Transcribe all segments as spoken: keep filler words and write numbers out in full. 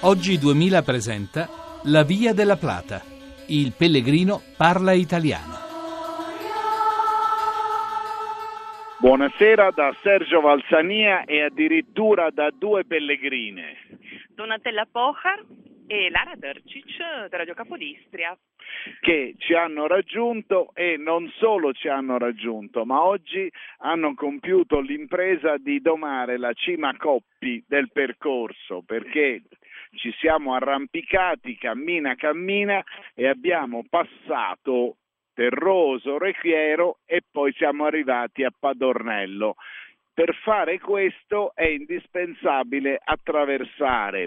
Oggi duemila presenta La Via della Plata. Il pellegrino parla italiano. Buonasera da Sergio Valsania e addirittura da due pellegrine. Donatella Pochar e Lara Dercic da Radio Capodistria, che ci hanno raggiunto e non solo ci hanno raggiunto, ma oggi hanno compiuto l'impresa di domare la cima Coppi del percorso, perché ci siamo arrampicati cammina cammina e abbiamo passato Terroso, Rechiero e poi siamo arrivati a Padornello. Per fare questo è indispensabile attraversare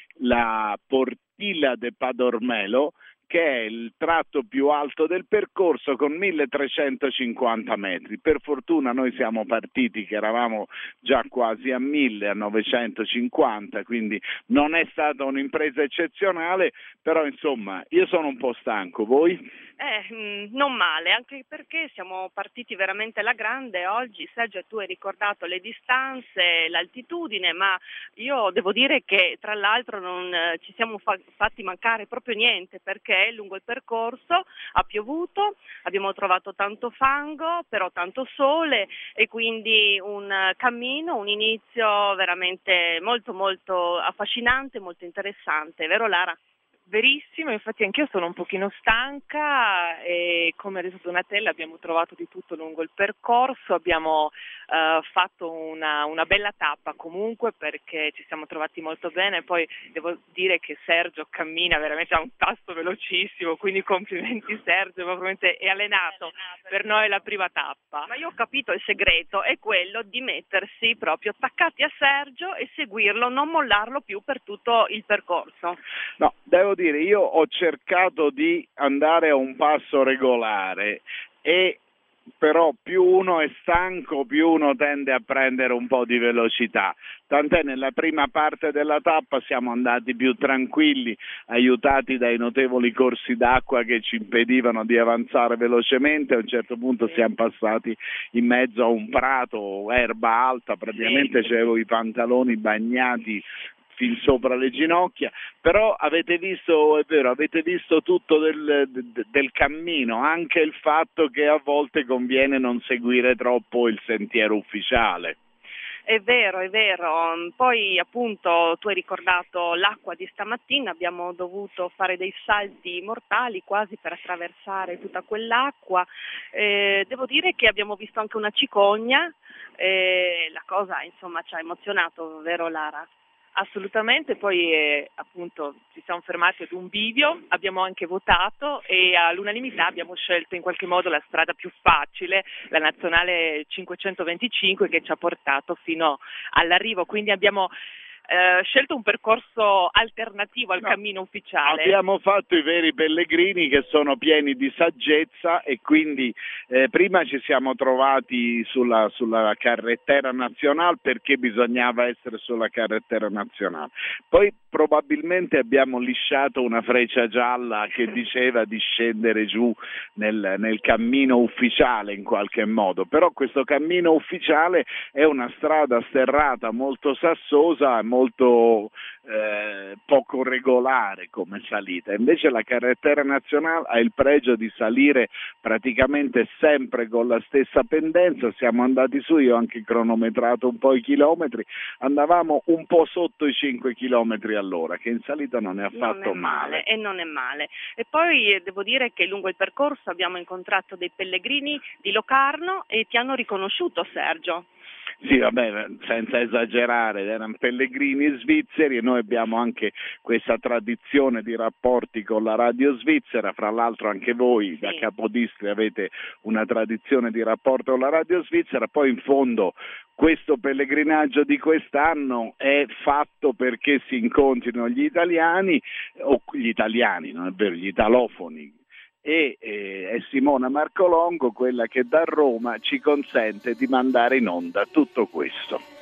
la Portilla de Padornello, che è il tratto più alto del percorso con milletrecentocinquanta metri. Per fortuna noi siamo partiti che eravamo già quasi a mille, a novecentocinquanta, quindi non è stata un'impresa eccezionale, però insomma io sono un po' stanco, voi? Eh, non male, anche perché siamo partiti veramente alla grande oggi. Sergio, tu hai ricordato le distanze, l'altitudine, ma io devo dire che tra l'altro non eh, ci siamo fa- fatti mancare proprio niente, perché lungo il percorso ha piovuto, abbiamo trovato tanto fango, però tanto sole, e quindi un uh, cammino, un inizio veramente molto molto affascinante, molto interessante, vero Lara? Verissimo, infatti anch'io sono un pochino stanca e come ha detto Donatella abbiamo trovato di tutto lungo il percorso, abbiamo uh, fatto una, una bella tappa comunque perché ci siamo trovati molto bene. Poi devo dire che Sergio cammina veramente a un passo velocissimo, quindi complimenti Sergio, veramente è allenato, per noi è la prima tappa. Ma io ho capito il segreto, è quello di mettersi proprio attaccati a Sergio e seguirlo, non mollarlo più per tutto il percorso. No, devo dire, io ho cercato di andare a un passo regolare e però più uno è stanco, più uno tende a prendere un po' di velocità. Tant'è nella prima parte della tappa siamo andati più tranquilli, aiutati dai notevoli corsi d'acqua che ci impedivano di avanzare velocemente. A un certo punto siamo passati in mezzo a un prato, erba alta, praticamente c'avevo i pantaloni bagnati fin sopra le ginocchia, però avete visto, è vero, avete visto tutto del, del, del cammino, anche il fatto che a volte conviene non seguire troppo il sentiero ufficiale. È vero, è vero. Poi appunto tu hai ricordato l'acqua di stamattina, abbiamo dovuto fare dei salti mortali quasi per attraversare tutta quell'acqua. Eh, devo dire che abbiamo visto anche una cicogna, eh, la cosa insomma ci ha emozionato, vero Lara? Assolutamente, poi eh, appunto ci siamo fermati ad un bivio, abbiamo anche votato e all'unanimità abbiamo scelto in qualche modo la strada più facile, la nazionale cinquecentoventicinque, che ci ha portato fino all'arrivo, quindi abbiamo Eh, scelto un percorso alternativo al no, cammino ufficiale. Abbiamo fatto i veri pellegrini che sono pieni di saggezza e quindi eh, prima ci siamo trovati sulla, sulla carrettera nazionale perché bisognava essere sulla carrettera nazionale. Poi probabilmente abbiamo lisciato una freccia gialla che diceva di scendere giù nel, nel cammino ufficiale in qualche modo, però questo cammino ufficiale è una strada sterrata molto sassosa, molto eh, poco regolare come salita. Invece la carrettera nazionale ha il pregio di salire praticamente sempre con la stessa pendenza. Siamo andati su, io ho anche cronometrato un po' i chilometri, andavamo un po' sotto i cinque chilometri all'ora, che in salita non è affatto non è male, male. E non è male. E poi eh, devo dire che lungo il percorso abbiamo incontrato dei pellegrini di Locarno e ti hanno riconosciuto, Sergio. Sì, vabbè, senza esagerare, erano pellegrini svizzeri e noi abbiamo anche questa tradizione di rapporti con la radio svizzera. Fra l'altro anche voi, sì, da Capodistria avete una tradizione di rapporto con la radio svizzera. Poi in fondo questo pellegrinaggio di quest'anno è fatto perché si incontrino gli italiani, o gli italiani, non è vero, gli italofoni, e eh, è Simona Marcolongo quella che da Roma ci consente di mandare in onda tutto questo.